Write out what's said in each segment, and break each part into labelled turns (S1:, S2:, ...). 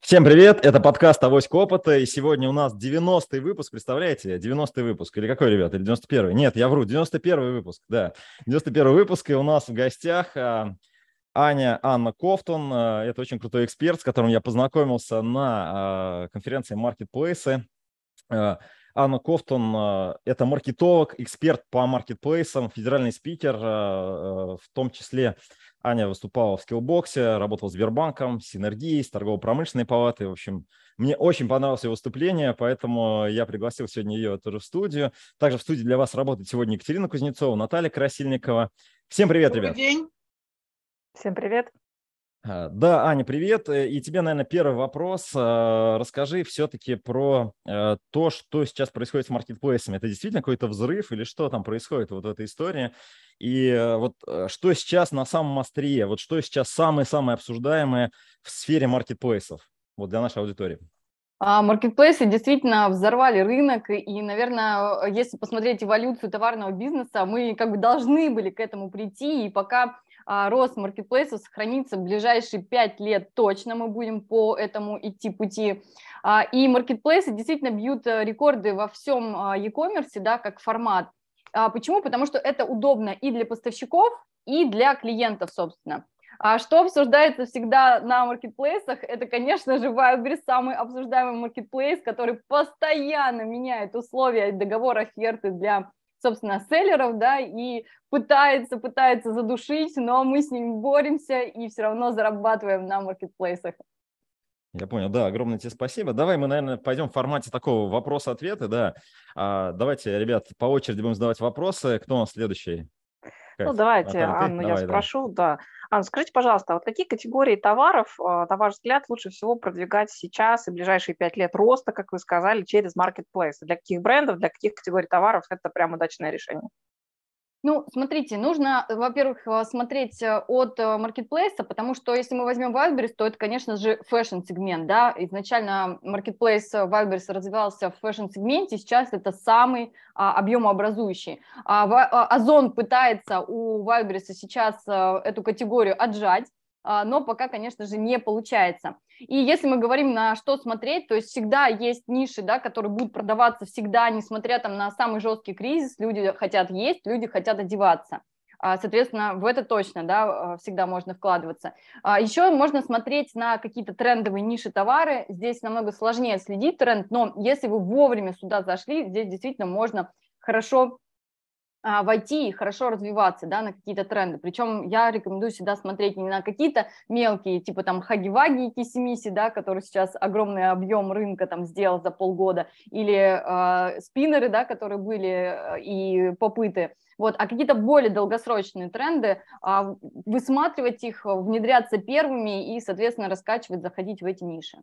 S1: Всем привет, это подкаст «Авоська опыта», и сегодня у нас 90-й выпуск, представляете? 90-й выпуск, или какой, ребят, или 91-й? Нет, я вру, 91-й выпуск, да. 91-й выпуск, и у нас в гостях Анна Ковтун. Это очень крутой эксперт, с которым я познакомился на конференции «Маркетплейсы». Анна Ковтун – это маркетолог, эксперт по маркетплейсам, федеральный спикер, в том числе Аня выступала в скиллбоксе, работала с Сбербанком, с Синергией, с торгово-промышленной палатой. В общем, мне очень понравилось ее выступление, поэтому я пригласил сегодня ее тоже в студию. Также в студии для вас работает сегодня Екатерина Кузнецова, Наталья Красильникова. Всем привет,
S2: Добрый
S1: ребят.
S2: день.
S3: Всем привет.
S1: Да, Аня, привет. И тебе, наверное, первый вопрос. Расскажи все-таки про то, что сейчас происходит с маркетплейсами. Это действительно какой-то взрыв или что там происходит вот в этой истории? И вот что сейчас на самом острие, вот что сейчас самое-самое обсуждаемое в сфере маркетплейсов вот для нашей аудитории?
S3: Маркетплейсы действительно взорвали рынок, и, наверное, если посмотреть эволюцию товарного бизнеса, мы как бы должны были к этому прийти, и пока рост маркетплейсов сохранится в ближайшие 5 лет точно, мы будем по этому идти пути. И маркетплейсы действительно бьют рекорды во всем e-commerce, да, как формат. Почему? Потому что это удобно и для поставщиков, и для клиентов, собственно. А что обсуждается всегда на маркетплейсах, это, конечно же, Wildberries, самый обсуждаемый маркетплейс, который постоянно меняет условия договора оферты для, собственно, селлеров, да, и пытается задушить, но мы с ним боремся и все равно зарабатываем на маркетплейсах.
S1: Я понял, да, огромное тебе спасибо. Давай мы, наверное, пойдем в формате такого вопрос-ответа, да. Давайте, ребят, по очереди будем задавать вопросы. Кто у нас следующий?
S3: Ну, давайте,
S1: Наталья,
S3: Анну я
S1: давай,
S3: спрошу, да. Анна, скажите, пожалуйста, вот какие категории товаров, на ваш взгляд, лучше всего продвигать сейчас и ближайшие 5 лет роста, как вы сказали, через маркетплейсы? Для каких брендов, для каких категорий товаров это прям удачное решение? Ну, смотрите, нужно, во-первых, смотреть от маркетплейса, потому что если мы возьмем Wildberries, то это, конечно же, фэшн-сегмент, да, изначально маркетплейс Wildberries развивался в фэшн-сегменте, сейчас это самый объемообразующий. Озон пытается у Wildberries сейчас эту категорию отжать, но пока, конечно же, не получается. И если мы говорим, на что смотреть, то есть всегда есть ниши, да, которые будут продаваться всегда, несмотря там на самый жесткий кризис, люди хотят есть, люди хотят одеваться. Соответственно, в это точно, да, всегда можно вкладываться. Еще можно смотреть на какие-то трендовые ниши товары. Здесь намного сложнее следить тренд, но если вы вовремя сюда зашли, здесь действительно можно хорошо войти и хорошо развиваться, да, на какие-то тренды. Причем я рекомендую всегда смотреть не на какие-то мелкие, типа там Хаги-Ваги и Кисимиси, да, который сейчас огромный объем рынка там сделал за полгода, или спиннеры, да, которые были, и попыты. Вот, а какие-то более долгосрочные тренды, высматривать их, внедряться первыми и, соответственно, раскачивать, заходить в эти ниши.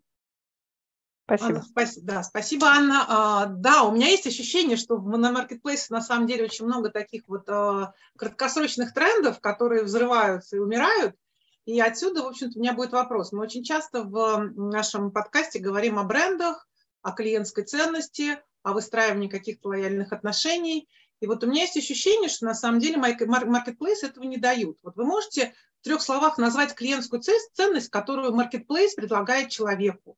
S2: Спасибо. Спасибо, Анна. Да, у меня есть ощущение, что на маркетплейсе на самом деле очень много таких вот краткосрочных трендов, которые взрываются и умирают. И отсюда, в общем-то, у меня будет вопрос. Мы очень часто в нашем подкасте говорим о брендах, о клиентской ценности, о выстраивании каких-то лояльных отношений. И вот у меня есть ощущение, что на самом деле маркетплейсы этого не дают. Вот вы можете в 3 словах назвать клиентскую ценность, которую маркетплейс предлагает человеку?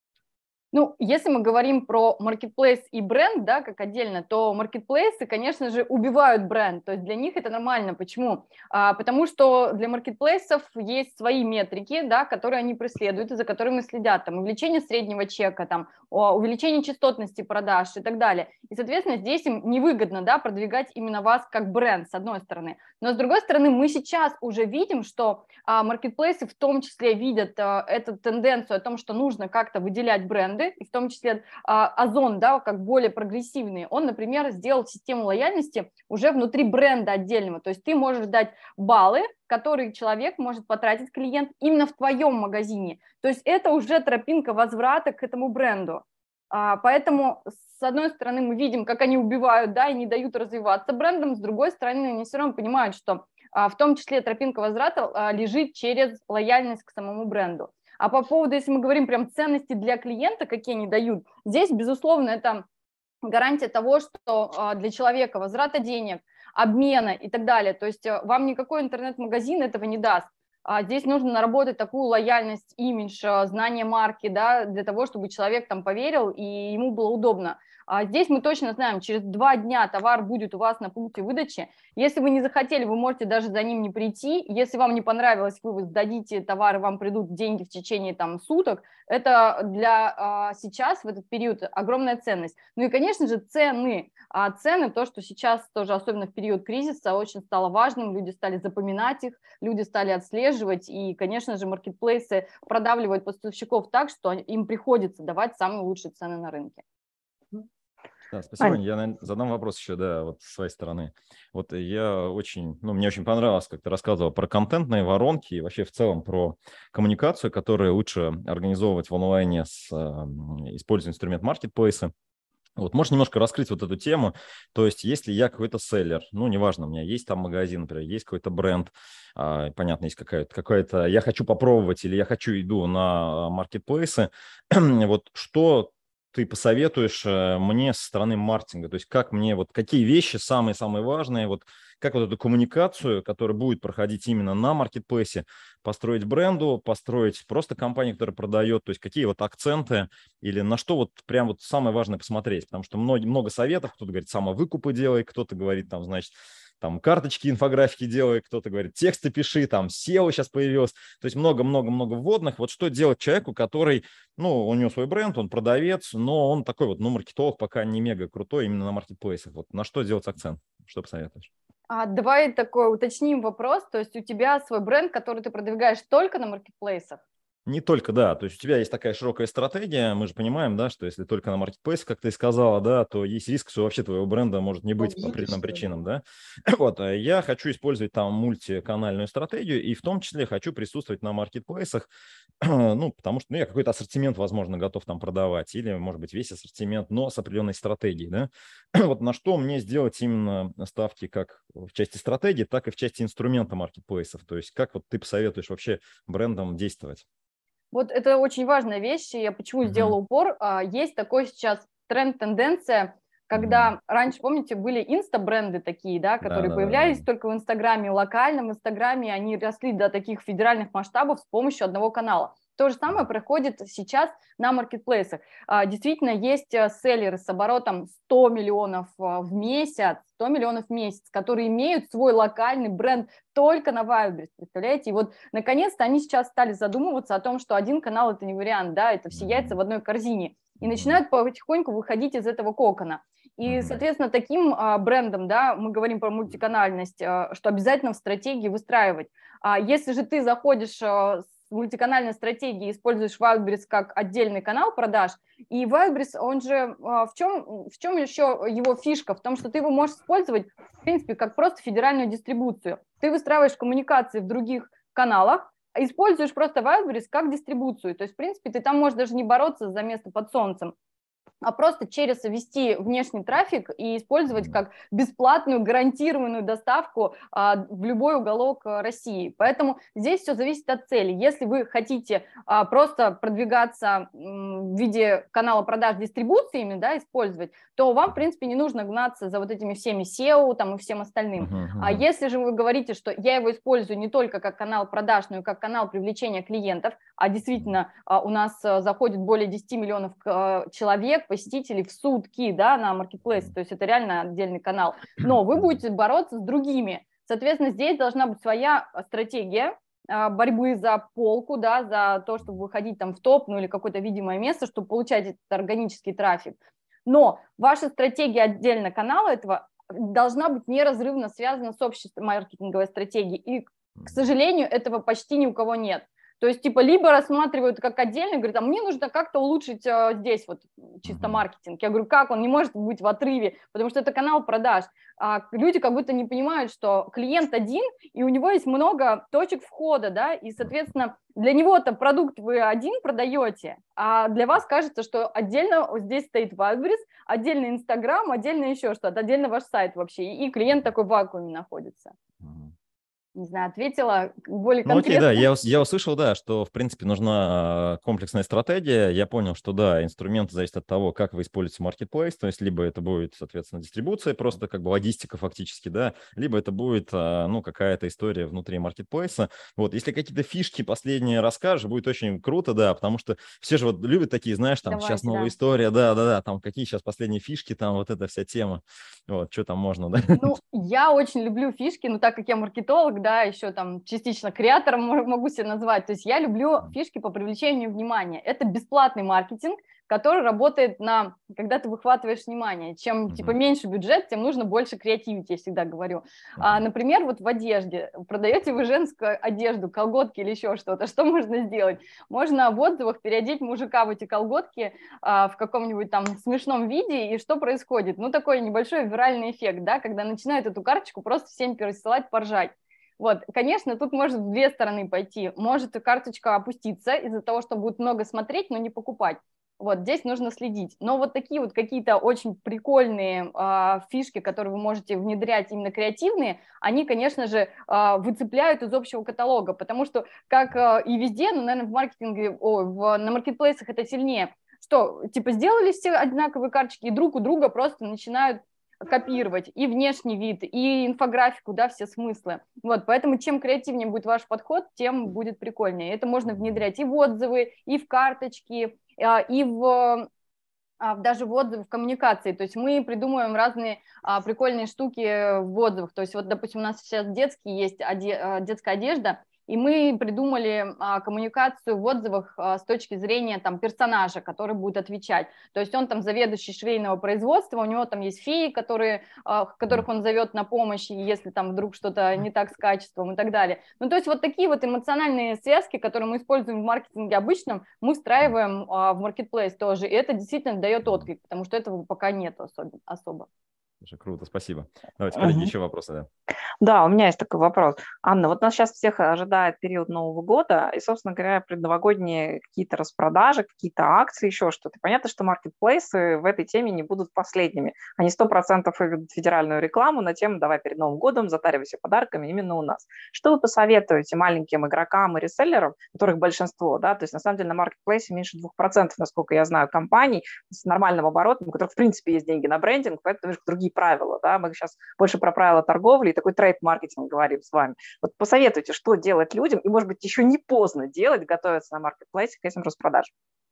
S3: Ну, если мы говорим про маркетплейс и бренд, да, как отдельно, то маркетплейсы, конечно же, убивают бренд, то есть для них это нормально. Почему? Потому что для маркетплейсов есть свои метрики, да, которые они преследуют и за которыми следят, там, увеличение среднего чека, там, увеличение частотности продаж и так далее. И, соответственно, здесь им невыгодно, да, продвигать именно вас как бренд, с одной стороны. Но, с другой стороны, мы сейчас уже видим, что маркетплейсы в том числе видят эту тенденцию о том, что нужно как-то выделять бренды, и в том числе Озон, да, как более прогрессивный, он, например, сделал систему лояльности уже внутри бренда отдельного, то есть ты можешь дать баллы, которые человек может потратить, клиент, именно в твоем магазине, то есть это уже тропинка возврата к этому бренду. Поэтому, с одной стороны, мы видим, как они убивают, да, и не дают развиваться брендам, с другой стороны, они все равно понимают, что в том числе тропинка возврата лежит через лояльность к самому бренду. А по поводу, если мы говорим прям ценности для клиента, какие они дают, здесь, безусловно, это гарантия того, что для человека возврата денег, обмена и так далее, то есть вам никакой интернет-магазин этого не даст.
S4: Здесь нужно наработать такую лояльность, имидж, знание марки, да, для того, чтобы человек там поверил и ему было удобно. Здесь мы точно знаем, через 2 дня товар будет у вас на пункте выдачи. Если вы не захотели, вы можете даже за ним не прийти. Если вам не понравилось, вы сдадите товар, и вам придут деньги в течение там суток. Это для сейчас, в этот период, огромная ценность. Ну и, конечно же, цены. Цены, то, что сейчас тоже, особенно в период кризиса, очень стало важным. Люди стали запоминать их, люди стали отслеживать. И, конечно же, маркетплейсы продавливают поставщиков так, что им приходится давать самые лучшие цены на рынке.
S1: Да, спасибо, Ань. Я, наверное, задам вопрос еще, да, вот с своей стороны. Вот я очень, мне очень понравилось, как ты рассказывал про контентные воронки и вообще в целом про коммуникацию, которую лучше организовывать в онлайне с используя инструмент маркетплейса. Вот, можешь немножко раскрыть вот эту тему, то есть если я какой-то селлер, неважно, у меня есть там магазин, например, есть какой-то бренд, понятно, есть какая-то, я хочу попробовать или я иду на маркетплейсы, вот что ты посоветуешь мне со стороны маркетинга, то есть как мне, вот какие вещи самые-самые важные, вот как вот эту коммуникацию, которая будет проходить именно на маркетплейсе, построить бренду, построить просто компанию, которая продает, то есть какие вот акценты или на что вот прям вот самое важное посмотреть, потому что много советов, кто-то говорит самовыкупы делай, кто-то говорит там, значит, там карточки, инфографики делай, кто-то говорит тексты пиши, там SEO сейчас появилось, то есть много-много-много вводных. Вот что делать человеку, который, у него свой бренд, он продавец, но он такой вот, маркетолог пока не мега крутой именно на маркетплейсах. Вот на что делать акцент? Что посоветуешь?
S4: Давай такой уточним вопрос, то есть у тебя свой бренд, который ты продвигаешь только на маркетплейсах?
S1: Не только, да, то есть у тебя есть такая широкая стратегия, мы же понимаем, да, что если только на маркетплейсе, как ты сказала, да, то есть риск, что вообще твоего бренда может не быть по определенным причинам, да. Вот, я хочу использовать там мультиканальную стратегию и в том числе хочу присутствовать на маркетплейсах, потому что, я какой-то ассортимент, возможно, готов там продавать или, может быть, весь ассортимент, но с определенной стратегией, да. Вот на что мне сделать именно ставки как в части стратегии, так и в части инструмента маркетплейсов, то есть как вот ты посоветуешь вообще брендам действовать?
S4: Вот это очень важная вещь, и я почему сделала упор. Есть такой сейчас тренд, тенденция, когда раньше, помните, были инста-бренды такие, да, которые появлялись только в Инстаграме, в локальном Инстаграме, они росли до таких федеральных масштабов с помощью одного канала. То же самое происходит сейчас на маркетплейсах. Действительно, есть селлеры с оборотом 100 миллионов в месяц, которые имеют свой локальный бренд только на Wildberries, представляете? И вот, наконец-то, они сейчас стали задумываться о том, что один канал – это не вариант, да, это все яйца в одной корзине. И начинают потихоньку выходить из этого кокона. И, соответственно, таким брендом, да, мы говорим про мультиканальность, что обязательно в стратегии выстраивать. Если же ты заходишь с мультиканальной стратегии, используешь Wildberries как отдельный канал продаж, и Wildberries, он же, в чем еще его фишка? В том, что ты его можешь использовать, в принципе, как просто федеральную дистрибуцию. Ты выстраиваешь коммуникации в других каналах, используешь просто Wildberries как дистрибуцию. То есть, в принципе, ты там можешь даже не бороться за место под солнцем, а просто через ввести внешний трафик и использовать как бесплатную гарантированную доставку в любой уголок России. Поэтому здесь все зависит от цели. Если вы хотите просто продвигаться в виде канала продаж дистрибуциями, да, использовать, то вам, в принципе, не нужно гнаться за вот этими всеми SEO там, и всем остальным. А если же вы говорите, что я его использую не только как канал продаж, но и как канал привлечения клиентов, а действительно у нас заходит более 10 миллионов человек, посетителей в сутки, да, на маркетплейсе, то есть это реально отдельный канал, но вы будете бороться с другими. Соответственно, здесь должна быть своя стратегия борьбы за полку, да, за то, чтобы выходить там в топ, или какое-то видимое место, чтобы получать этот органический трафик. Но ваша стратегия отдельно канала этого должна быть неразрывно связана с общей маркетинговой стратегией. И, к сожалению, этого почти ни у кого нет. То есть, либо рассматривают как отдельно, говорят, мне нужно как-то улучшить здесь вот чисто маркетинг. Я говорю, как? Он не может быть в отрыве, потому что это канал продаж. Люди как будто не понимают, что клиент один, и у него есть много точек входа, да, и, соответственно, для него-то продукт вы один продаете, а для вас кажется, что отдельно здесь стоит Wildberries, отдельно Инстаграм, отдельно еще что-то, отдельно ваш сайт вообще, и клиент такой в вакууме находится. не знаю, ответила более
S1: Ну окей,
S4: конкретно.
S1: да, я услышал, да, что в принципе нужна комплексная стратегия. Я понял, что да, инструменты зависят от того, как вы используете marketplace, то есть либо это будет, соответственно, дистрибуция, просто как бы логистика фактически, да, либо это будет, ну, какая-то история внутри маркетплейса. Вот, если какие-то фишки последние расскажешь, будет очень круто, да, потому что все же вот любят такие, знаешь, там, сейчас
S4: Давайте,
S1: новая
S4: да.
S1: история, да, там, какие сейчас последние фишки, там, вот эта вся тема, вот, что там можно, да.
S4: Ну, я очень люблю фишки, но так как я маркетолог, да, еще там частично креатором могу себя назвать, то есть я люблю фишки по привлечению внимания. Это бесплатный маркетинг, который работает на, когда ты выхватываешь внимание. Чем, типа, меньше бюджет, тем нужно больше креативить, я всегда говорю. Например, вот в одежде. Продаете вы женскую одежду, колготки или еще что-то. Что можно сделать? Можно в отзывах переодеть мужика в эти колготки в каком-нибудь там смешном виде, и что происходит? Ну, такой небольшой виральный эффект, да, когда начинают эту карточку просто всем пересылать, поржать. Вот, конечно, тут может в две стороны пойти. Может карточка опуститься из-за того, что будет много смотреть, но не покупать. Вот, здесь нужно следить. Но вот такие вот какие-то очень прикольные фишки, которые вы можете внедрять, именно креативные, они, конечно же, выцепляют из общего каталога, потому что, как и везде, ну, наверное, в маркетинге, на маркетплейсах это сильнее, что, типа, сделали все одинаковые карточки, и друг у друга просто начинают копировать и внешний вид, и инфографику, да, все смыслы. Вот, поэтому чем креативнее будет ваш подход, тем будет прикольнее. Это можно внедрять и в отзывы, и в карточки, и даже в отзывы в коммуникации. То есть мы придумываем разные прикольные штуки в отзывах. То есть вот, допустим, у нас сейчас есть детская одежда, и мы придумали коммуникацию в отзывах с точки зрения там персонажа, который будет отвечать. То есть он там заведующий швейного производства, у него там есть феи, которых он зовет на помощь, если там вдруг что-то не так с качеством и так далее. Ну, то есть вот такие вот эмоциональные связки, которые мы используем в маркетинге обычном, мы встраиваем в маркетплейс тоже, и это действительно дает отклик, потому что этого пока нет особо.
S1: Слушай, круто, спасибо. Давайте, коллеги, еще вопросы, да.
S3: Да, у меня есть такой вопрос. Анна, вот нас сейчас всех ожидает период Нового года, и, собственно говоря, предновогодние какие-то распродажи, какие-то акции, еще что-то. Понятно, что маркетплейсы в этой теме не будут последними. Они 100% выведут федеральную рекламу на тему «давай перед Новым годом затаривайся подарками именно у нас». Что вы посоветуете маленьким игрокам и реселлерам, которых большинство, да, то есть на самом деле на маркетплейсе меньше 2%, насколько я знаю, компаний с нормальным оборотом, у которых в принципе есть деньги на брендинг, поэтому немножко другие правила, да, мы сейчас больше про правила торговли и такой трейд-маркетинг говорим с вами. Вот посоветуйте, что делать людям, и, может быть, еще не поздно делать, готовиться на маркетплейсе к этим распродажам.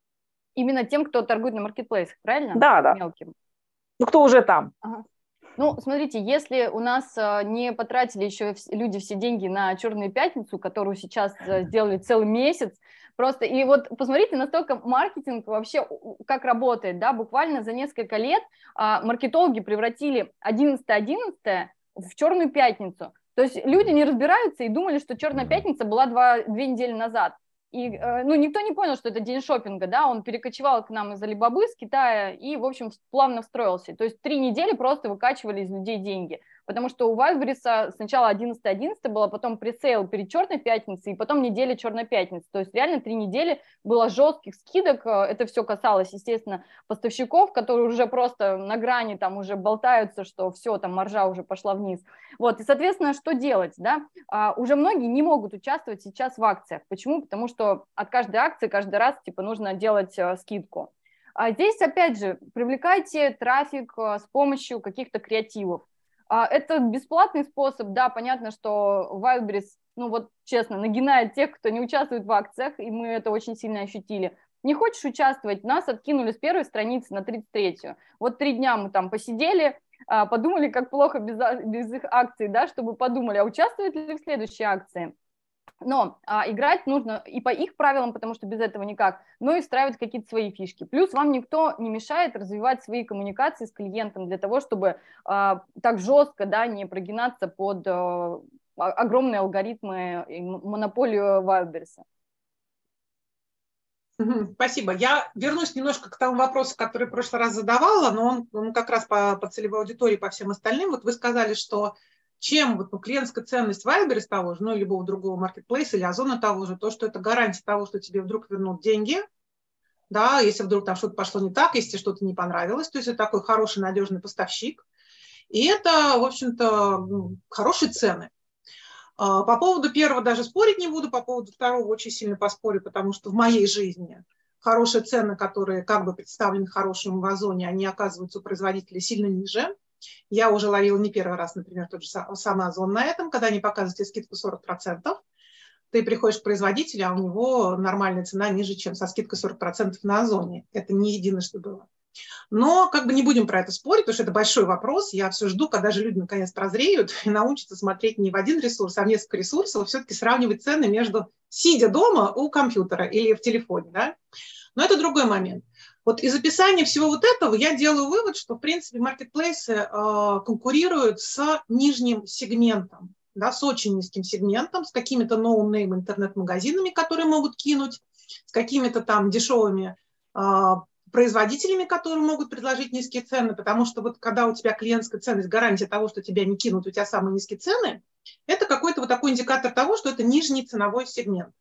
S4: Именно тем, кто торгует на маркетплейсах, правильно?
S3: Да.
S4: Мелким.
S3: Ну, кто уже там?
S4: Ага. Ну, смотрите, если у нас не потратили еще люди все деньги на Черную пятницу, которую сейчас сделали целый месяц, просто, и вот посмотрите, настолько маркетинг вообще как работает, да, буквально за несколько лет маркетологи превратили 11.11 в Черную пятницу. То есть люди не разбираются и думали, что Черная пятница была 2 недели назад. И, ну, никто не понял, что это день шопинга, да, он перекочевал к нам из Алибабы, с Китая, и, в общем, плавно встроился. То есть 3 недели просто выкачивали из людей деньги, потому что у Вайлдберриса сначала 11.11 было, потом пресейл перед Черной пятницей, и потом неделя Черной пятницы. То есть реально 3 недели было жестких скидок, это все касалось, естественно, поставщиков, которые уже просто на грани там уже болтаются, что все, там маржа уже пошла вниз. Вот, и, соответственно, что делать, да? Уже многие не могут участвовать сейчас в акциях. Почему? Потому что от каждой акции каждый раз типа нужно делать скидку. А здесь, опять же, привлекайте трафик с помощью каких-то креативов. Это бесплатный способ, да, понятно, что Wildberries, ну вот честно, нагинает тех, кто не участвует в акциях, и мы это очень сильно ощутили. Не хочешь участвовать, нас откинули с первой страницы на 33-ю. Вот 3 дня мы там посидели, подумали, как плохо без их акций, да, чтобы подумали, а участвовать ли в следующей акции. Но играть нужно и по их правилам, потому что без этого никак, но и встраивать какие-то свои фишки. Плюс вам никто не мешает развивать свои коммуникации с клиентом для того, чтобы так жестко, да, не прогинаться под огромные алгоритмы и монополию Wildberries.
S2: Спасибо. Я вернусь немножко к тому вопросу, который в прошлый раз задавала, но он как раз по целевой аудитории, по всем остальным. Вот вы сказали, что чем вот, клиентская ценность Wildberries того же, ну, любого другого маркетплейса или Озона того же, то, что это гарантия того, что тебе вдруг вернут деньги, да, если вдруг там что-то пошло не так, если что-то не понравилось, то есть это такой хороший, надежный поставщик. И это, в общем-то, хорошие цены. По поводу первого даже спорить не буду, по поводу второго очень сильно поспорю, потому что в моей жизни хорошие цены, которые как бы представлены хорошим в Озоне, они оказываются у производителей сильно ниже. Я уже ловила не первый раз, например, тот же самый Озон на этом, когда они показывают тебе скидку 40%. Ты приходишь к производителю, а у него нормальная цена ниже, чем со скидкой 40% на Озоне. Это не единожды было. Но как бы не будем про это спорить, потому что это большой вопрос. Я все жду, когда же люди наконец прозреют и научатся смотреть не в один ресурс, а в несколько ресурсов, все-таки сравнивать цены между сидя дома у компьютера или в телефоне. Да? Но это другой момент. Вот из описания всего вот этого я делаю вывод, что, в принципе, маркетплейсы конкурируют с нижним сегментом, да, с очень низким сегментом, с какими-то ноунейм интернет-магазинами, которые могут кинуть, с какими-то там дешевыми производителями, которые могут предложить низкие цены, потому что вот когда у тебя клиентская ценность, гарантия того, что тебя не кинут, у тебя самые низкие цены, это какой-то вот такой индикатор того, что это нижний ценовой сегмент.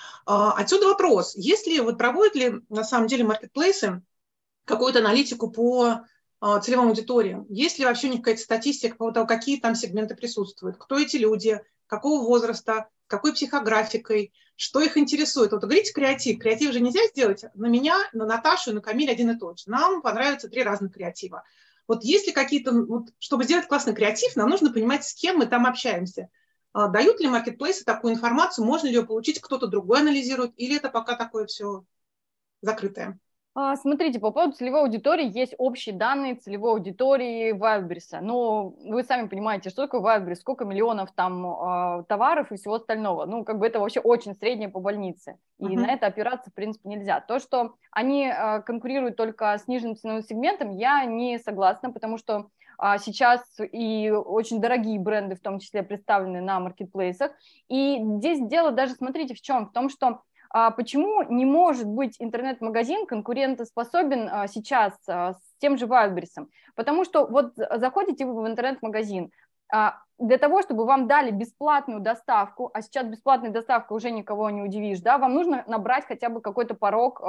S2: Отсюда вопрос, проводят ли на самом деле маркетплейсы какую-то аналитику по целевым аудиториям? Есть ли вообще у них какая-то статистика по тому, какие там сегменты присутствуют? Кто эти люди? Какого возраста? Какой психографикой? Что их интересует? Вот говорите креатив. Креатив же нельзя сделать на меня, на Наташу и на Камиль один и тот же. Нам понравится 3 разных креатива. Вот есть ли какие-то... Вот, чтобы сделать классный креатив, нам нужно понимать, с кем мы там общаемся. Дают ли маркетплейсы такую информацию? Можно ли ее получить? Кто-то другой анализирует? Или это пока такое все закрытое?
S4: Смотрите, по поводу целевой аудитории есть общие данные целевой аудитории Wildberries. Но вы сами понимаете, что такое Wildberries, сколько миллионов там товаров и всего остального. Ну, как бы это вообще очень среднее по больнице. И на это опираться, в принципе, нельзя. То, что они конкурируют только с нижним ценовым сегментом, я не согласна, потому что сейчас и очень дорогие бренды в том числе представлены на маркетплейсах. И здесь дело даже, смотрите, в чем? В том, что почему не может быть интернет-магазин конкурентоспособен сейчас с тем же Wildberries? Потому что вот заходите вы в интернет-магазин, для того, чтобы вам дали бесплатную доставку, а сейчас бесплатная доставка уже никого не удивишь, да, вам нужно набрать хотя бы какой-то порог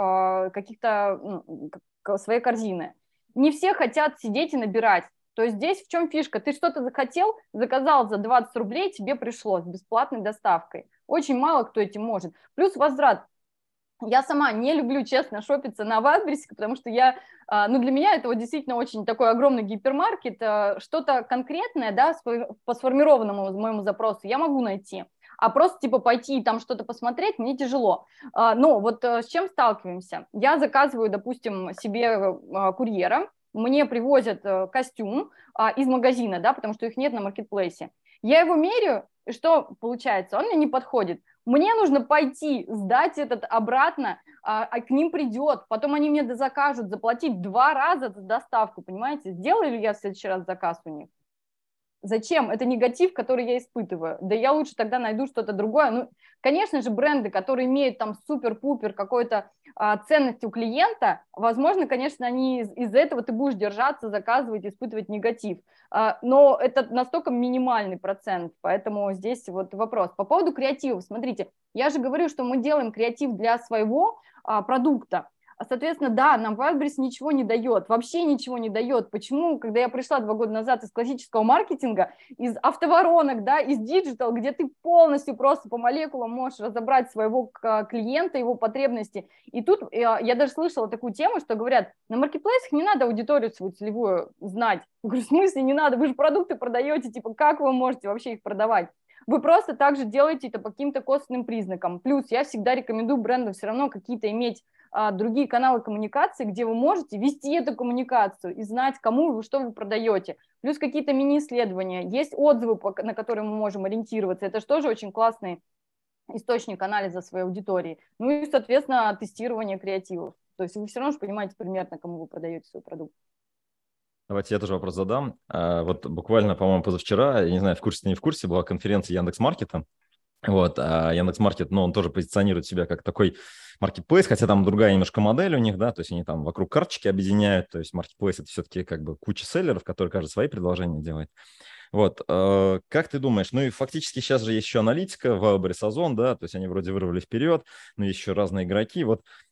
S4: каких-то своей корзины. Не все хотят сидеть и набирать. То есть здесь в чем фишка? Ты что-то захотел, заказал за 20 рублей, тебе пришло с бесплатной доставкой. Очень мало кто этим может. Плюс возврат. Я сама не люблю, честно, шопиться на Wildberries, потому что для меня это вот действительно очень такой огромный гипермаркет. Что-то конкретное, да, по сформированному моему запросу я могу найти. А просто типа пойти и там что-то посмотреть мне тяжело. Но вот с чем сталкиваемся? Я заказываю, допустим, себе курьера, мне привозят костюм из магазина, да, потому что их нет на маркетплейсе. Я его меряю, и что получается? Он мне не подходит. Мне нужно пойти, сдать этот обратно, а к ним придет, потом они мне закажут, заплатить 2 раза за доставку, понимаете? Сделаю ли я в следующий раз заказ у них? Зачем? Это негатив, который я испытываю. Да я лучше тогда найду что-то другое. Ну, конечно же, бренды, которые имеют там супер-пупер какой-то ценность у клиента, возможно, конечно, они из-за этого ты будешь держаться, заказывать, испытывать негатив. Но это настолько минимальный процент, поэтому здесь вот вопрос. По поводу креатива, смотрите, я же говорю, что мы делаем креатив для своего продукта. Соответственно, да, нам Wildberries ничего не дает, вообще ничего не дает. Почему, когда я пришла 2 года назад из классического маркетинга, из автоворонок, да, из диджитал, где ты полностью просто по молекулам можешь разобрать своего клиента, его потребности. И тут я даже слышала такую тему, что говорят, на маркетплейсах не надо аудиторию свою целевую знать. Я говорю, в смысле не надо? Вы же продукты продаете, типа, как вы можете вообще их продавать? Вы просто также делаете это по каким-то косвенным признакам. Плюс я всегда рекомендую брендам все равно какие-то иметь другие каналы коммуникации, где вы можете вести эту коммуникацию и знать, кому вы что вы продаете. Плюс какие-то мини-исследования. Есть отзывы, на которые мы можем ориентироваться. Это же тоже очень классный источник анализа своей аудитории. Ну и, соответственно, тестирование креативов. То есть вы все равно же понимаете примерно, кому вы продаете свой продукт.
S1: Давайте я тоже вопрос задам. Вот буквально, по-моему, позавчера, я не знаю, в курсе не в курсе, была конференция Яндекс.Маркета. Вот, а Яндекс.Маркет, он тоже позиционирует себя как такой маркетплейс, хотя там другая немножко модель у них, да, то есть они там вокруг карточки объединяют, то есть маркетплейс – это все-таки как бы куча селлеров, которые, каждый свои предложения делает. Вот, как ты думаешь, ну и фактически сейчас же есть еще аналитика, Wildberries, Озон, да, то есть они вроде вырвали вперед, но есть еще разные игроки, вот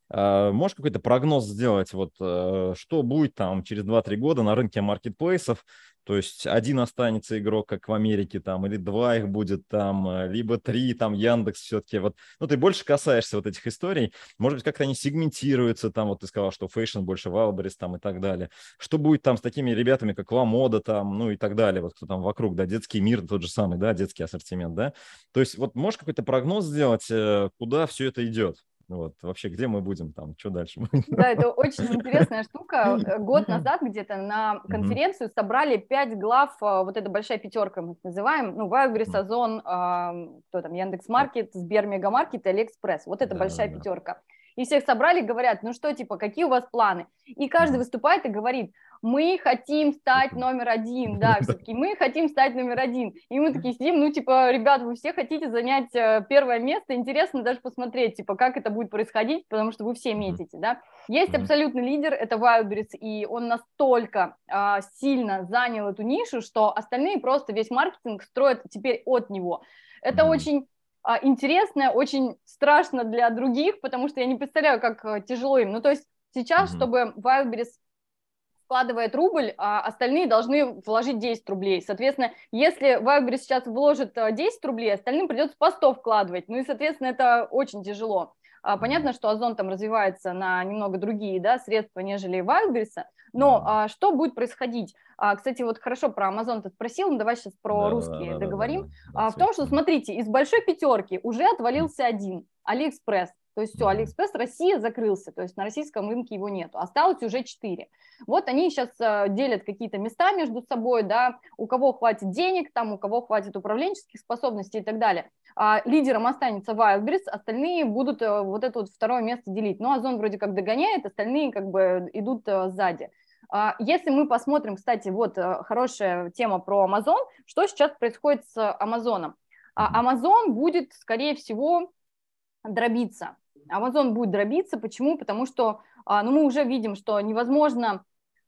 S1: Можешь какой-то прогноз сделать, вот что будет там через 2-3 года на рынке маркетплейсов? То есть один останется игрок, как в Америке, там, или два их будет там, либо три, там, Яндекс все-таки. Вот, ну, ты больше касаешься вот этих историй. Может быть, как-то они сегментируются, там, вот ты сказал, что фэшн больше Wildberries, там, и так далее. Что будет там с такими ребятами, как Ламода, там, ну, и так далее, вот кто там вокруг, да, детский мир тот же самый, да, детский ассортимент, да? То есть вот можешь какой-то прогноз сделать, куда все это идет? Вот, вообще, где мы будем там, что дальше?
S4: Да, это очень интересная штука. Год назад где-то на конференцию собрали 5 глав, вот эта большая пятерка, мы их называем, ну, Wildberries, Озон, кто там, Яндекс.Маркет, Сбер, Мегамаркет и Алиэкспресс. Вот это большая пятерка. И всех собрали, говорят, ну что, типа, какие у вас планы? И каждый выступает и говорит, мы хотим стать номер один, да, все-таки мы хотим стать номер один. И мы такие сидим, ну, типа, ребят, вы все хотите занять первое место, интересно даже посмотреть, типа, как это будет происходить, потому что вы все метите, да. Есть абсолютный лидер, это Wildberries, и он настолько сильно занял эту нишу, что остальные просто весь маркетинг строят теперь от него. Это очень интересно, очень страшно для других, потому что я не представляю, как тяжело им. Ну, то есть сейчас, чтобы Wildberries вкладывает рубль, а остальные должны вложить 10 рублей. Соответственно, если Wildberries сейчас вложит 10 рублей, остальным придется по 100 вкладывать. Ну и, соответственно, это очень тяжело. Понятно, что Озон там развивается на немного другие, да, средства, нежели Wildberries, но что будет происходить? Кстати, вот хорошо про Amazon ты спросил, ну давай сейчас про русские договорим. В том, что, смотрите, из большой пятерки уже отвалился один, Алиэкспресс. То есть все, Алиэкспресс Россия закрылся, то есть на российском рынке его нету, осталось уже 4. Вот они сейчас делят какие-то места между собой, да, у кого хватит денег, там, у кого хватит управленческих способностей и так далее. Лидером останется Wildberries, остальные будут вот это вот второе место делить. Но Озон вроде как догоняет, остальные как бы идут сзади. Если мы посмотрим, кстати, вот хорошая тема про Amazon, что сейчас происходит с Амазоном? Amazon будет, скорее всего, дробиться. Amazon будет дробиться. Почему? Потому что ну, мы уже видим, что невозможно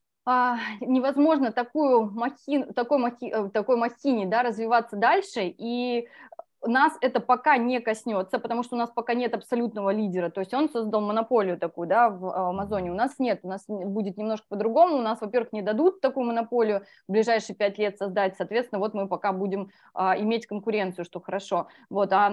S4: такой махине, да, развиваться дальше, и нас это пока не коснется, потому что у нас пока нет абсолютного лидера, то есть он создал монополию такую, да, в Амазоне, у нас нет, у нас будет немножко по-другому, у нас, во-первых, не дадут такую монополию в ближайшие 5 лет создать, соответственно, вот мы пока будем иметь конкуренцию, что хорошо, вот, а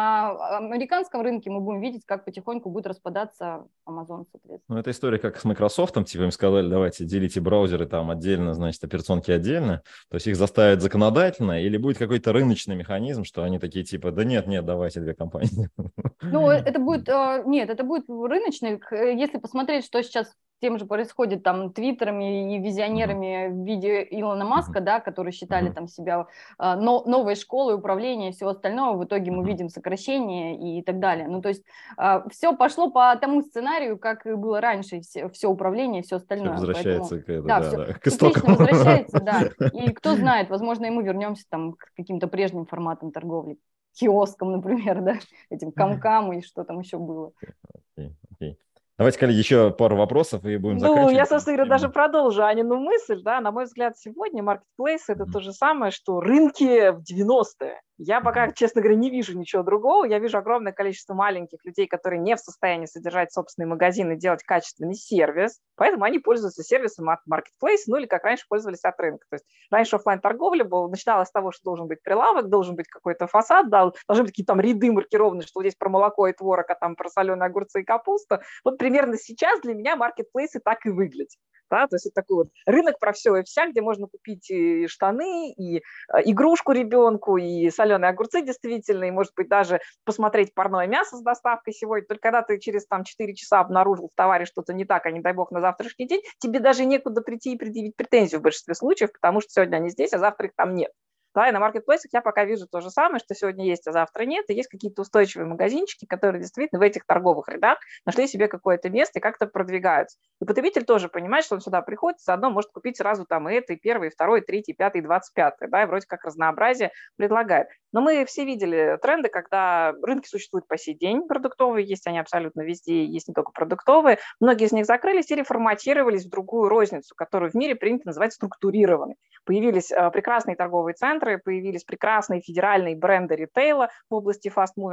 S4: на американском рынке мы будем видеть, как потихоньку будет распадаться Amazon, соответственно.
S1: Ну, это история как с Microsoft, типа им сказали, давайте делите браузеры там отдельно, значит, операционки отдельно, то есть их заставят законодательно, или будет какой-то рыночный механизм, что они такие типа, да нет, давайте 2 компании.
S4: Ну, это будет, нет, это будет рыночный, если посмотреть, что сейчас с тем же происходит там твиттерами и визионерами в виде Илона Маска, да, которые считали там себя новой школой управления и всего остального, в итоге мы видим сокращение и так далее. Ну, то есть все пошло по тому сценарию, как и было раньше, все управление, все остальное.
S1: Все возвращается
S4: поэтому,
S1: к истокам.
S4: Возвращается, да. И кто знает, возможно, и мы вернемся там к каким-то прежним форматам торговли. Киоском, например, да, этим комкам и что там еще было.
S1: Окей. Давайте, коллеги, еще пару вопросов и будем заканчивать.
S3: Ну, я, собственно говоря, даже продолжу Анину мысль, да, на мой взгляд, сегодня marketplace это то же самое, что рынки в 90-е. Я пока, честно говоря, не вижу ничего другого. Я вижу огромное количество маленьких людей, которые не в состоянии содержать собственный магазин и делать качественный сервис, поэтому они пользуются сервисом от marketplace, ну или как раньше пользовались от рынка. То есть раньше офлайн-торговля начиналась с того, что должен быть прилавок, должен быть какой-то фасад, должны быть какие-то там ряды маркированные, что вот здесь про молоко и творог, а там про соленые огурцы и капусту. Вот примерно сейчас для меня marketplace так и выглядит. Да? То есть это такой вот рынок про все и вся, где можно купить и штаны, и игрушку ребенку, и соленые огурцы действительно, и, может быть, даже посмотреть парное мясо с доставкой сегодня. Только когда ты через 4 часа обнаружил в товаре что-то не так, а не дай бог на завтрашний день, тебе даже некуда прийти и предъявить претензию в большинстве случаев, потому что сегодня они здесь, а завтра их там нет. Да, и на маркетплейсах я пока вижу то же самое, что сегодня есть, а завтра нет, и есть какие-то устойчивые магазинчики, которые действительно в этих торговых рядах нашли себе какое-то место и как-то продвигаются. И потребитель тоже понимает, что он сюда приходит, заодно может купить сразу там и это, и первый, и второй, и третий, и пятый, и 25, да, и вроде как разнообразие предлагает. Но мы все видели тренды, когда рынки существуют по сей день, продуктовые есть, они абсолютно везде, есть не только продуктовые, многие из них закрылись и реформатировались в другую розницу, которую в мире принято называть структурированной. Появились прекрасные торговые центры, появились прекрасные федеральные бренды ритейла в области fast-moving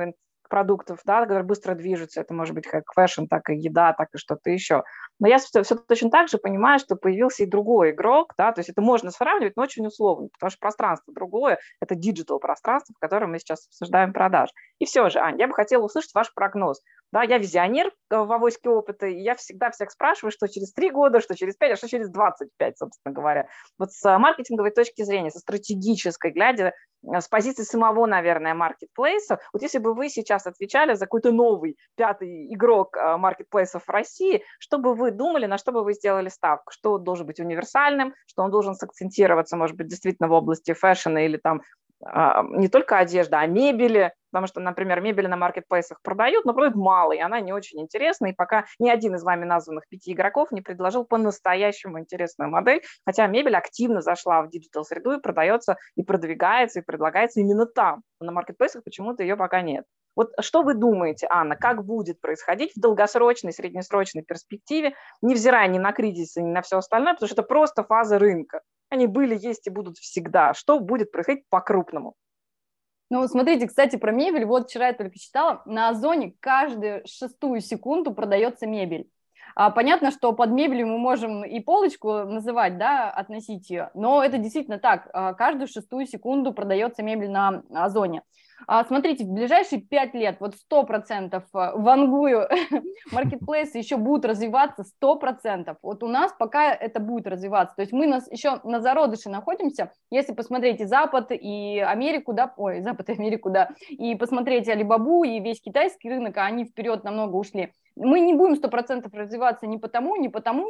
S3: продуктов, да, которые быстро движутся. Это может быть как фэшн, так и еда, так и что-то еще. Но я все точно так же понимаю, что появился и другой игрок, да, то есть это можно сравнивать, но очень условно, потому что пространство другое, это диджитал пространство, в котором мы сейчас обсуждаем продаж. И все же, Ань, я бы хотела услышать ваш прогноз. Да, я визионер в авоське опыта, и я всегда всех спрашиваю, что через 3 года, что через 5, а что через 25, собственно говоря. Вот с маркетинговой точки зрения, со стратегической, глядя с позиции самого, наверное, маркетплейса, вот если бы вы сейчас отвечали за какой-то новый 5-й игрок маркетплейсов в России, что бы вы думали, на что бы вы сделали ставку? Что он должен быть универсальным, что он должен сакцентироваться, может быть, действительно в области фэшна или там не только одежда, а мебели, потому что, например, мебель на маркетплейсах продают, но продают мало, и она не очень интересна, и пока ни один из вами названных 5 игроков не предложил по-настоящему интересную модель, хотя мебель активно зашла в диджитал-среду и продается, и продвигается, и предлагается именно там. На маркетплейсах почему-то ее пока нет. Вот что вы думаете, Анна, как будет происходить в долгосрочной, среднесрочной перспективе, невзирая ни на кризисы, ни на все остальное, потому что это просто фаза рынка. Они были, есть и будут всегда. Что будет происходить по-крупному?
S4: Ну, смотрите, кстати, про мебель. Вот вчера я только читала, на Озоне каждую 6-ю секунду продается мебель. Понятно, что под мебелью мы можем и полочку называть, да, относить ее, но это действительно так. Каждую 6-ю секунду продается мебель на Озоне. Смотрите, в ближайшие 5 лет, вот 100% вангую, маркетплейсы еще будут развиваться 100%. Вот у нас пока это будет развиваться. То есть мы еще на зародыше находимся. Если посмотреть и Запад, и Америку, да, ой, Запад и Америку, да, и посмотреть Алибабу, и весь китайский рынок, они вперед намного ушли. Мы не будем 100% развиваться не по тому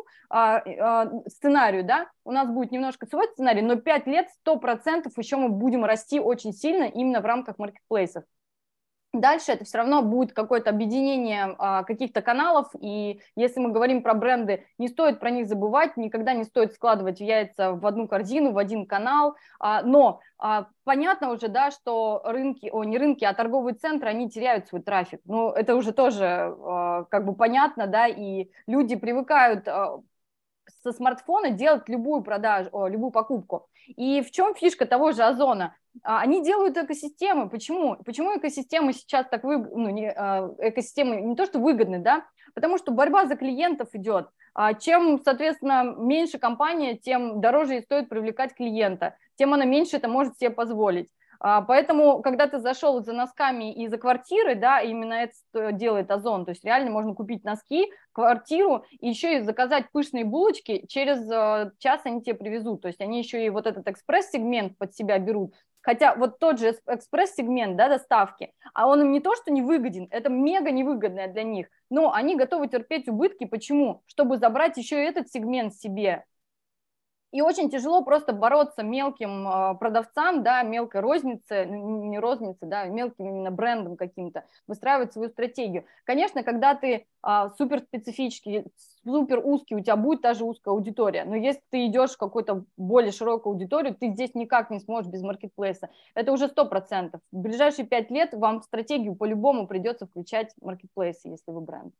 S4: сценарию, да, у нас будет немножко свой сценарий, но 5 лет 100% еще мы будем расти очень сильно именно в рамках маркетплейсов. Дальше это все равно будет какое-то объединение каких-то каналов, и если мы говорим про бренды, не стоит про них забывать, никогда не стоит складывать яйца в одну корзину, в один канал, но понятно уже, да, что торговые центры, они теряют свой трафик, ну, это уже тоже как бы понятно, да, и люди привыкают со смартфона делать любую продажу, любую покупку. И в чем фишка того же Озона? Они делают экосистемы. Почему? Почему экосистемы сейчас так экосистемы не то что выгодны, да? Потому что борьба за клиентов идет. Чем, соответственно, меньше компания, тем дороже ей стоит привлекать клиента, тем она меньше это может себе позволить. Поэтому, когда ты зашел за носками и за квартирой, да, именно это делает Озон, то есть реально можно купить носки, квартиру и еще и заказать пышные булочки, через час они тебе привезут, то есть они еще и вот этот экспресс-сегмент под себя берут. Хотя вот тот же экспресс-сегмент, да, доставки, он им не то, что невыгоден, это мега невыгодное для них, но они готовы терпеть убытки. Почему? Чтобы забрать еще и этот сегмент себе. И очень тяжело просто бороться мелким продавцам, да, мелкой рознице, не рознице, да, мелким именно брендом каким-то, выстраивать свою стратегию. Конечно, когда ты супер специфический, супер узкий, у тебя будет та же узкая аудитория, но если ты идешь в какую-то более широкую аудиторию, ты здесь никак не сможешь без маркетплейса. Это уже 100%. В ближайшие 5 лет вам в стратегию по-любому придется включать маркетплейсы, если вы бренд.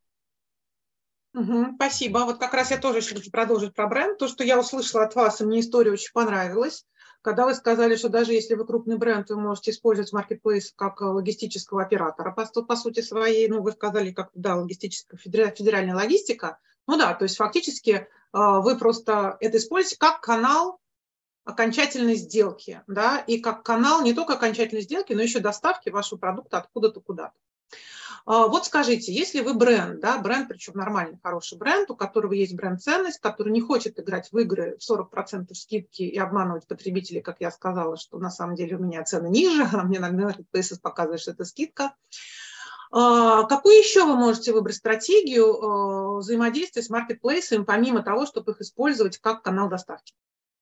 S2: Спасибо. Вот как раз я тоже хочу продолжить про бренд. То, что я услышала от вас, и мне история очень понравилась, когда вы сказали, что даже если вы крупный бренд, вы можете использовать маркетплейс как логистического оператора по сути своей. Ну, вы сказали, как, да, логистическая, федеральная логистика. Ну да, то есть фактически вы просто это используете как канал окончательной сделки, да, и как канал не только окончательной сделки, но еще доставки вашего продукта откуда-то куда-то. Вот скажите, если вы бренд, да, бренд, причем нормальный, хороший бренд, у которого есть бренд-ценность, который не хочет играть в игры в 40% скидки и обманывать потребителей, как я сказала, что на самом деле у меня цены ниже, а мне на Marketplace показывает, что это скидка. Какую еще вы можете выбрать стратегию взаимодействия с маркетплейсами, помимо того, чтобы их использовать как канал доставки?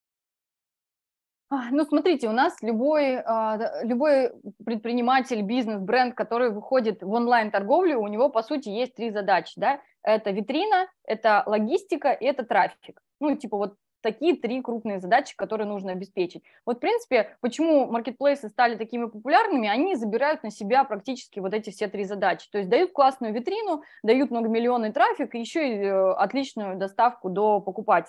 S4: Ну, смотрите, у нас любой предприниматель, бизнес, бренд, который выходит в онлайн-торговлю, у него, по сути, есть 3 задачи, да, это витрина, это логистика и это трафик. Ну, типа вот такие 3 крупные задачи, которые нужно обеспечить. Вот, в принципе, почему маркетплейсы стали такими популярными, они забирают на себя практически вот эти все 3 задачи. То есть дают классную витрину, дают многомиллионный трафик и еще и отличную доставку до покупателей.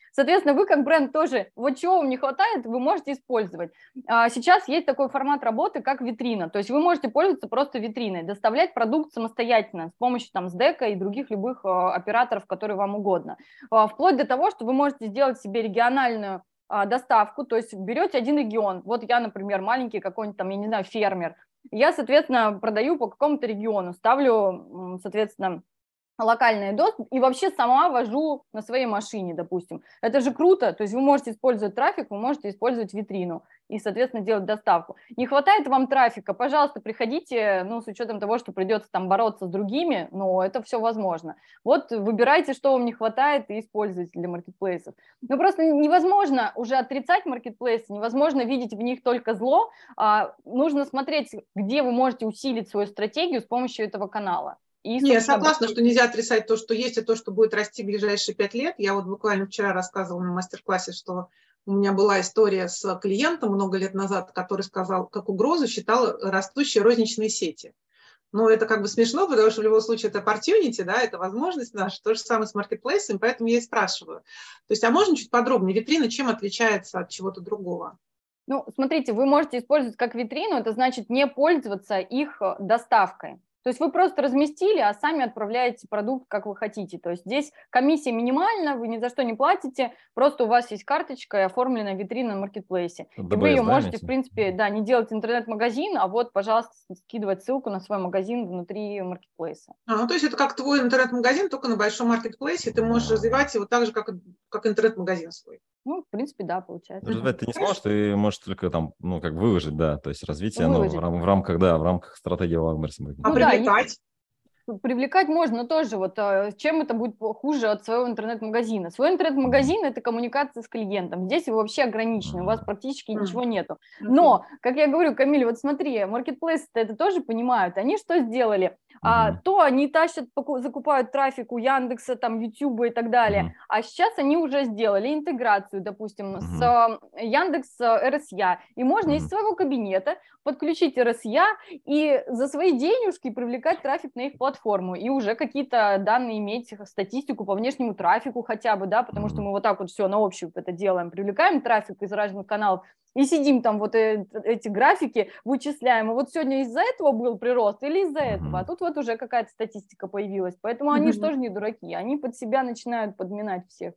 S4: Соответственно, вы как бренд тоже, вот чего вам не хватает, вы можете использовать. Сейчас есть такой формат работы, как витрина. То есть вы можете пользоваться просто витриной, доставлять продукт самостоятельно с помощью там СДЭКа и других любых операторов, которые вам угодно. Вплоть до того, что вы можете сделать себе региональную доставку, то есть берете один регион. Вот я, например, маленький какой-нибудь там, я не знаю, фермер. Я, соответственно, продаю по какому-то региону, ставлю, соответственно, локальный доступ и вообще сама вожу на своей машине, допустим. Это же круто, то есть вы можете использовать трафик, вы можете использовать витрину и, соответственно, делать доставку. Не хватает вам трафика, пожалуйста, приходите, ну, с учетом того, что придется там бороться с другими, но это все возможно. Вот выбирайте, что вам не хватает, и используйте для маркетплейсов. Но просто невозможно уже отрицать маркетплейсы, невозможно видеть в них только зло, нужно смотреть, где вы можете усилить свою стратегию с помощью этого канала.
S2: Я согласна, что нельзя отрицать то, что есть, и то, что будет расти в ближайшие 5 лет. Я вот буквально вчера рассказывала на мастер-классе, что у меня была история с клиентом много лет назад, который сказал, как угрозу считал растущие розничные сети. Но это как бы смешно, потому что в любом случае это opportunity, да, это возможность наша, то же самое с маркетплейсами, поэтому я и спрашиваю. То есть, а можно чуть подробнее, витрина чем отличается от чего-то другого?
S4: Ну, смотрите, вы можете использовать как витрину, это значит не пользоваться их доставкой. То есть вы просто разместили, а сами отправляете продукт, как вы хотите. То есть здесь комиссия минимальна, вы ни за что не платите, просто у вас есть карточка и оформленная витрина на маркетплейсе. И вы ее можете, в принципе, да, не делать интернет-магазин, а вот, пожалуйста, скидывать ссылку на свой магазин внутри маркетплейса.
S2: Ну, то есть это как твой интернет-магазин, только на большом маркетплейсе, ты можешь развивать его так же, как интернет-магазин свой.
S4: Ну, в принципе, да, получается.
S1: Развивать ты не сможешь, ты можешь только там, ну, как выложить, да, то есть развитие, ну, в рамках стратегии Wildberries.
S2: А привлекать?
S4: Привлекать можно тоже, вот чем это будет хуже от своего интернет-магазина. Свой интернет-магазин – это коммуникация с клиентом. Здесь вы вообще ограничены, у вас практически ничего нету. Но, как я говорю, Камиль, вот смотри, маркетплейсы-то это тоже понимают. Они что сделали? То они тащат, закупают трафик у Яндекса, там, Ютуба и так далее. А сейчас они уже сделали интеграцию, допустим, с Яндекс РСЯ. И можно из своего кабинета подключить РСЯ и за свои денежки привлекать трафик на их платформу. И уже какие-то данные иметь, статистику по внешнему трафику хотя бы, да, потому что мы вот так вот все на общую это делаем. Привлекаем трафик из разных каналов и сидим там вот эти графики вычисляем. И вот сегодня из-за этого был прирост или из-за этого. А тут вот уже какая-то статистика появилась. Поэтому они же тоже не дураки. Они под себя начинают подминать всех.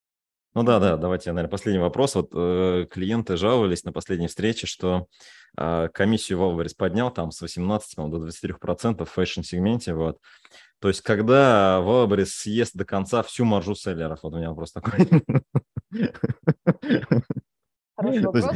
S1: Ну да, давайте, наверное, последний вопрос. Вот клиенты жаловались на последней встрече, что комиссию Wildberries поднял там с 18 до 23% в фэшн-сегменте. Вот. То есть когда Wildberries съест до конца всю маржу селлеров? Вот у меня вопрос такой.
S4: Хороший вопрос.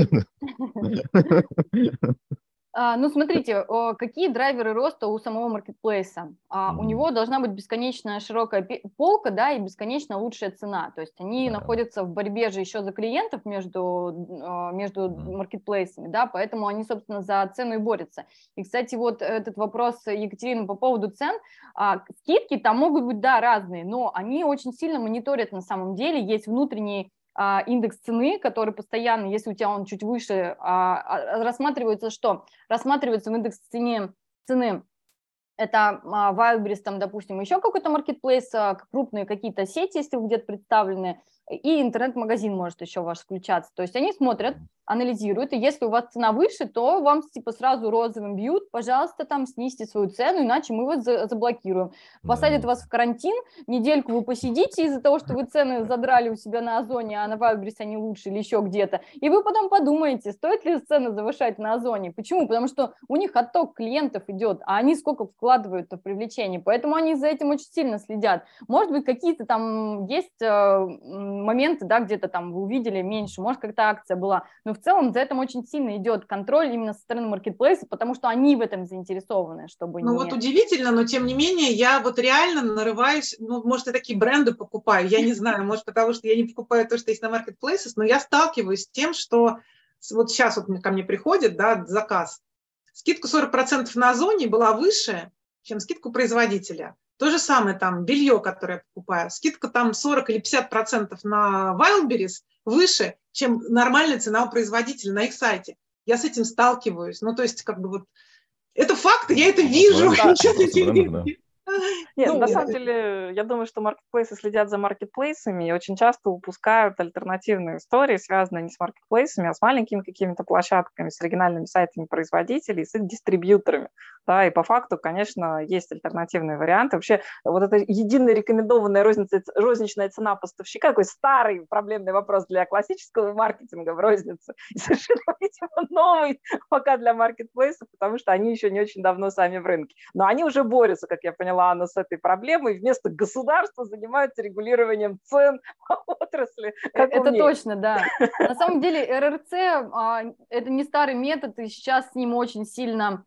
S4: Ну, смотрите, какие драйверы роста у самого маркетплейса? У него должна быть бесконечно широкая полка, да, и бесконечно лучшая цена. То есть они находятся в борьбе же еще за клиентов между маркетплейсами, да, поэтому они, собственно, за цену и борются. И, кстати, вот этот вопрос Екатерины по поводу цен. Скидки там могут быть, да, разные, но они очень сильно мониторят на самом деле. Есть внутренний индекс цены, который постоянно, если у тебя он чуть выше, рассматривается что? Рассматривается в индекс цены. Это Wildberries, там, допустим, еще какой-то маркетплейс, крупные какие-то сети, если вы где-то представлены, и интернет-магазин может еще ваш включаться. То есть они смотрят, анализируют, и если у вас цена выше, то вам типа сразу розовым бьют, пожалуйста, там снизьте свою цену, иначе мы вас заблокируем. Посадят вас в карантин, недельку вы посидите из-за того, что вы цены задрали у себя на Озоне, а на Wildberries они лучше или еще где-то, и вы потом подумаете, стоит ли цены завышать на Озоне. Почему? Потому что у них отток клиентов идет, а они сколько вкладывают в привлечение, поэтому они за этим очень сильно следят. Может быть, какие-то там есть моменты, да, где-то там вы увидели меньше, может, как-то акция была, но в целом за этим очень сильно идет контроль именно со стороны маркетплейса, потому что они в этом заинтересованы, чтобы
S2: Ну вот удивительно, но тем не менее я вот реально нарываюсь, ну, может, я такие бренды покупаю, я не знаю, может, потому что я не покупаю то, что есть на маркетплейсах, но я сталкиваюсь с тем, что вот сейчас вот ко мне приходит, да, заказ, скидка 40% на Озоне была выше, чем скидка у производителя. То же самое там белье, которое я покупаю, скидка там 40 или 50% на Wildberries выше, чем нормальная цена у производителя на их сайте. Я с этим сталкиваюсь. Ну, то есть, как бы вот, это факт, я это вижу.
S3: Нет, на самом деле, я думаю, что маркетплейсы следят за маркетплейсами и очень часто упускают альтернативные истории, связанные не с маркетплейсами, а с маленькими какими-то площадками, с оригинальными сайтами производителей, с их дистрибьюторами. Да, и по факту, конечно, есть альтернативные варианты. Вообще, вот эта единая рекомендованная розничная цена поставщика, такой старый проблемный вопрос для классического маркетинга в рознице, и совершенно, видимо, новый пока для маркетплейсов, потому что они еще не очень давно сами в рынке. Но они уже борются, как я поняла, Анна, с этой проблемой, вместо государства занимаются регулированием цен по отрасли.
S4: Это точно, да. На самом деле РРЦ – это не старый метод, и сейчас с ним очень сильно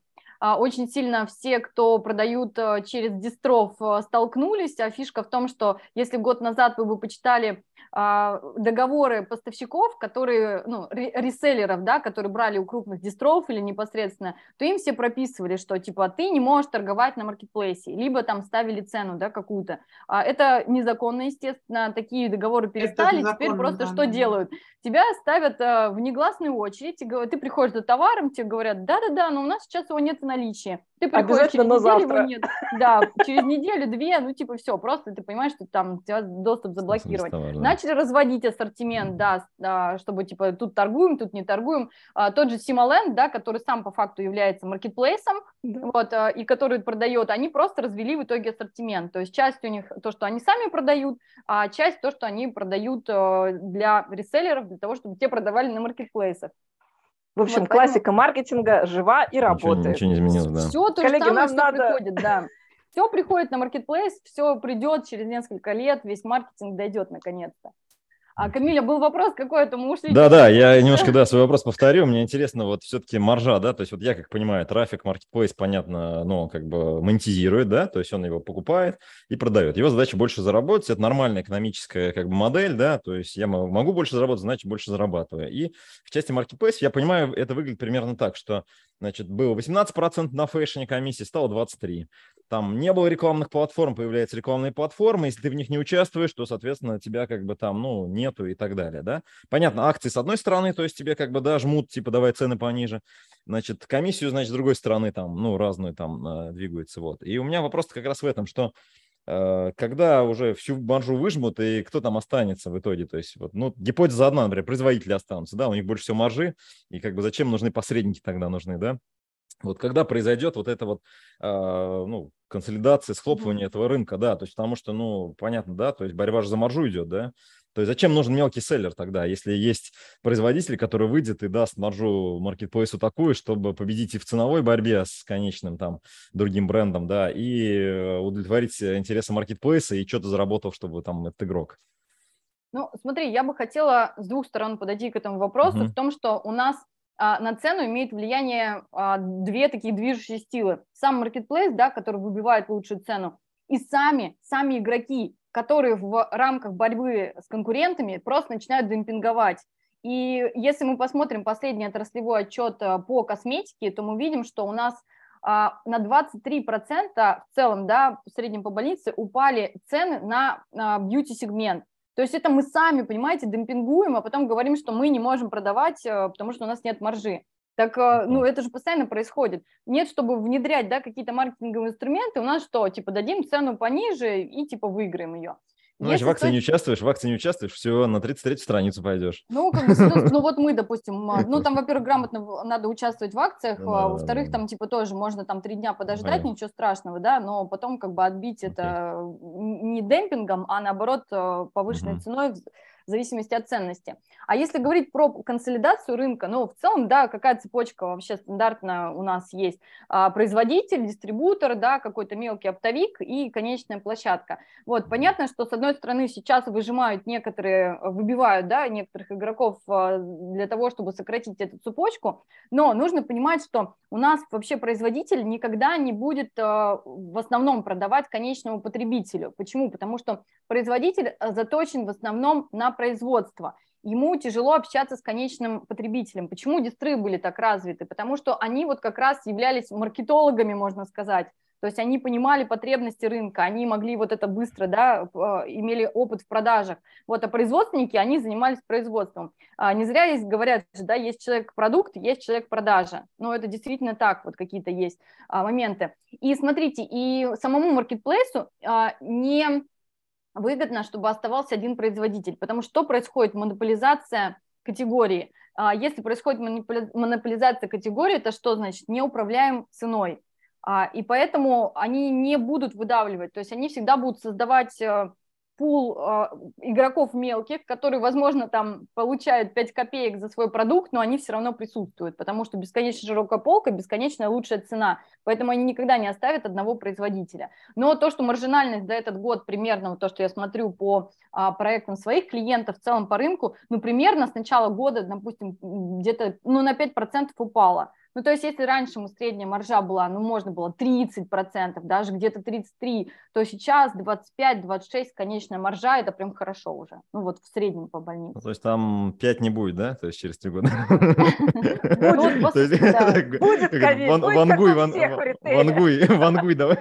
S4: все, кто продают через дистров, столкнулись. А фишка в том, что если год назад вы бы почитали договоры поставщиков, которые, ну, реселлеров, да, которые брали у крупных дистров или непосредственно, то им все прописывали, что типа ты не можешь торговать на маркетплейсе, либо там ставили цену, да, какую-то. Это незаконно, естественно, такие договоры перестали. Теперь просто что делают? Тебя ставят в негласную очередь, ты приходишь за товаром, тебе говорят, да-да-да, но у нас сейчас его нет в наличии. Ты приходишь через неделю, его нет. Да, через неделю-две, ну типа все, просто ты понимаешь, что там тебя доступ заблокирован. Начали разводить ассортимент, да, чтобы типа тут торгуем, тут не торгуем. Тот же Simoland, да, который сам по факту является маркетплейсом, вот, и который продает, они просто развели в итоге ассортимент. То есть часть у них то, что они сами продают, а часть то, что они продают для реселлеров, для того, чтобы те продавали на маркетплейсах.
S3: В общем, вот, классика маркетинга жива и работает.
S1: Ничего не изменилось, да.
S4: Все то же самое, что приходит, да. Все приходит на маркетплейс, все придет через несколько лет, весь маркетинг дойдет наконец-то. Камиля, был вопрос какой-то, мы ушли.
S1: Да, я немножко, свой вопрос повторю. Мне интересно, вот все-таки маржа, да, то есть вот я, как понимаю, трафик, маркетплейс, понятно, ну, как бы монетизирует, да, то есть он его покупает и продает. Его задача больше заработать, это нормальная экономическая как бы модель, да, то есть я могу больше заработать, значит, больше зарабатываю. И в части маркетплейса, я понимаю, это выглядит примерно так, что, значит, было 18% на фэшне комиссии, стало 23%. Там не было рекламных платформ, появляются рекламные платформы, если ты в них не участвуешь, то, соответственно, тебя как бы там, ну, нету и так далее, да. Понятно, акции с одной стороны, то есть тебе как бы, да, жмут, типа, давай цены пониже, значит, комиссию, значит, с другой стороны там, ну, разную там двигаются, вот. И у меня вопрос как раз в этом, что когда уже всю маржу выжмут, и кто там останется в итоге, то есть, вот, ну, гипотеза одна, например, производители останутся, да, у них больше всего маржи, и как бы зачем нужны посредники тогда нужны, да. Вот когда произойдет вот эта вот, ну, консолидация, схлопывание этого рынка, да, то есть потому что, ну, понятно, да, то есть борьба же за маржу идет, да, то есть зачем нужен мелкий селлер тогда, если есть производитель, который выйдет и даст маржу маркетплейсу такую, чтобы победить и в ценовой борьбе с конечным там другим брендом, да, и удовлетворить интересы маркетплейса и что-то заработал, чтобы там этот игрок.
S4: Ну, смотри, я бы хотела с двух сторон подойти к этому вопросу, в том, что у нас на цену имеет влияние две такие движущие силы. Сам маркетплейс, да, который выбивает лучшую цену, и сами игроки, которые в рамках борьбы с конкурентами просто начинают демпинговать. И если мы посмотрим последний отраслевой отчет по косметике, то мы видим, что у нас на 23% в целом, да, в среднем по больнице упали цены на бьюти-сегмент. То есть это мы сами, понимаете, демпингуем, а потом говорим, что мы не можем продавать, потому что у нас нет маржи. Так, ну, это же постоянно происходит. Нет, чтобы внедрять, да, какие-то маркетинговые инструменты, у нас что, типа, дадим цену пониже и, типа, выиграем ее.
S1: Ну, значит, в акции не участвуешь, все, на 33-ю страницу пойдешь.
S4: Ну, как бы, ну, вот мы, допустим, ну, там, во-первых, грамотно надо участвовать в акциях, во-вторых, там, типа, тоже можно там 3 дня подождать, ничего страшного, да, но потом, как бы, отбить это не демпингом, а, наоборот, повышенной ценой в зависимости от ценности. А если говорить про консолидацию рынка, ну, в целом, да, какая цепочка вообще стандартная у нас есть? Производитель, дистрибутор, да, какой-то мелкий оптовик и конечная площадка. Вот, понятно, что, с одной стороны, сейчас выжимают некоторые, выбивают, да, некоторых игроков для того, чтобы сократить эту цепочку, но нужно понимать, что у нас вообще производитель никогда не будет в основном продавать конечному потребителю. Почему? Потому что производитель заточен в основном на производство. Ему тяжело общаться с конечным потребителем. Почему дистры были так развиты? Потому что они вот как раз являлись маркетологами, можно сказать. То есть они понимали потребности рынка, они могли вот это быстро, да, имели опыт в продажах. Вот, а производственники, они занимались производством. Не зря есть, говорят, да, есть человек-продукт, есть человек-продажа. Но это действительно так, вот какие-то есть моменты. И смотрите, и самому маркетплейсу не выгодно, чтобы оставался один производитель, потому что происходит? Монополизация категории. Если происходит монополизация категории, это что значит? Не управляем ценой. И поэтому они не будут выдавливать, то есть они всегда будут создавать пул игроков мелких, которые, возможно, там получают 5 копеек за свой продукт, но они все равно присутствуют, потому что бесконечно широкая полка, бесконечная лучшая цена, поэтому они никогда не оставят одного производителя. Но то, что маржинальность за этот год примерно, вот то, что я смотрю по проектам своих клиентов, в целом по рынку, ну, примерно с начала года, допустим, где-то на 5% упала. Ну, то есть, если раньше средняя маржа была, можно было 30%, даже где-то 33%, то сейчас 25-26% конечная маржа, это прям хорошо уже. Ну, вот в среднем по больнице.
S1: То есть, там 5 не будет, да? То есть, через 3 года?
S5: Будет, конечно.
S1: Вангуй, давай.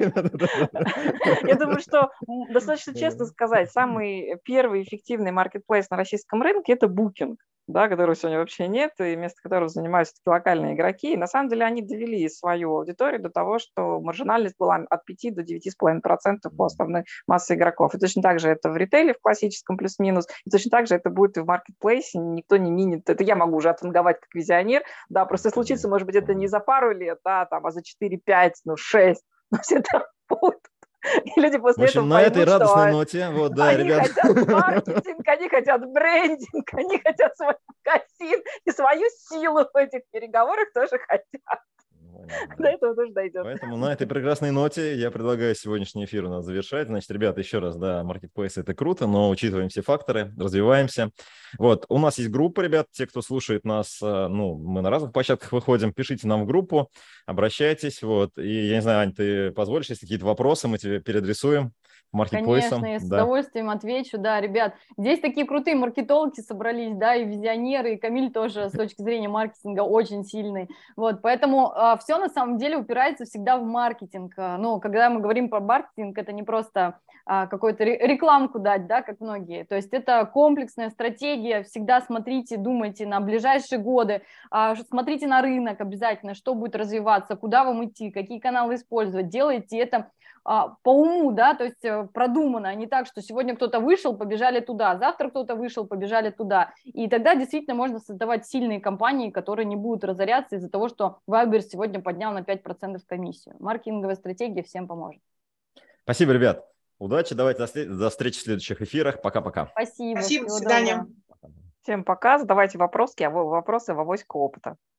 S5: Я думаю, что достаточно честно сказать, самый первый эффективный маркетплейс на российском рынке – это Booking, да, которого сегодня вообще нет, и вместо которого занимаются такие локальные игроки. И на самом деле они довели свою аудиторию до того, что маржинальность была от 5 до 9,5% у основной массы игроков. И точно так же это в ритейле, в классическом плюс-минус, и точно так же это будет и в маркетплейсе, никто не минит. Это я могу уже отванговать как визионер, да, просто случится, может быть, это не за пару лет, да, там, а за 4-5, 6, но все это будет. И люди после этого
S1: на
S5: поймут,
S1: этой радостной ноте, вот, да,
S5: они
S1: ребят.
S5: хотят маркетинг, они хотят брендинг, они хотят свой магазин и свою силу в этих переговорах тоже хотят. До этого тоже дойдет.
S1: Поэтому на этой прекрасной ноте я предлагаю сегодняшний эфир у нас завершать. Значит, ребята, еще раз, да, маркетплейс – это круто, но учитываем все факторы, развиваемся. Вот, у нас есть группа, ребят, те, кто слушает нас, мы на разных площадках выходим, пишите нам в группу, обращайтесь, вот. И я не знаю, Ань, ты позволишь, если какие-то вопросы, мы тебе переадресуем.
S4: Конечно, я с удовольствием отвечу, да, ребят, здесь такие крутые маркетологи собрались, да, и визионеры, и Камиль тоже с точки зрения маркетинга очень сильный, вот, поэтому все на самом деле упирается всегда в маркетинг, когда мы говорим про маркетинг, это не просто какую-то рекламку дать, да, как многие, то есть это комплексная стратегия, всегда смотрите, думайте на ближайшие годы, смотрите на рынок обязательно, что будет развиваться, куда вам идти, какие каналы использовать, делайте это по уму, да, то есть продумано, а не так, что сегодня кто-то вышел, побежали туда, завтра кто-то вышел, побежали туда. И тогда действительно можно создавать сильные компании, которые не будут разоряться из-за того, что Вайбер сегодня поднял на 5% комиссию. Маркетинговая стратегия всем поможет.
S1: Спасибо, ребят. Удачи, давайте до встречи в следующих эфирах. Пока-пока.
S2: Спасибо, до свидания.
S5: Всем пока, задавайте вопросы в авоська опыта.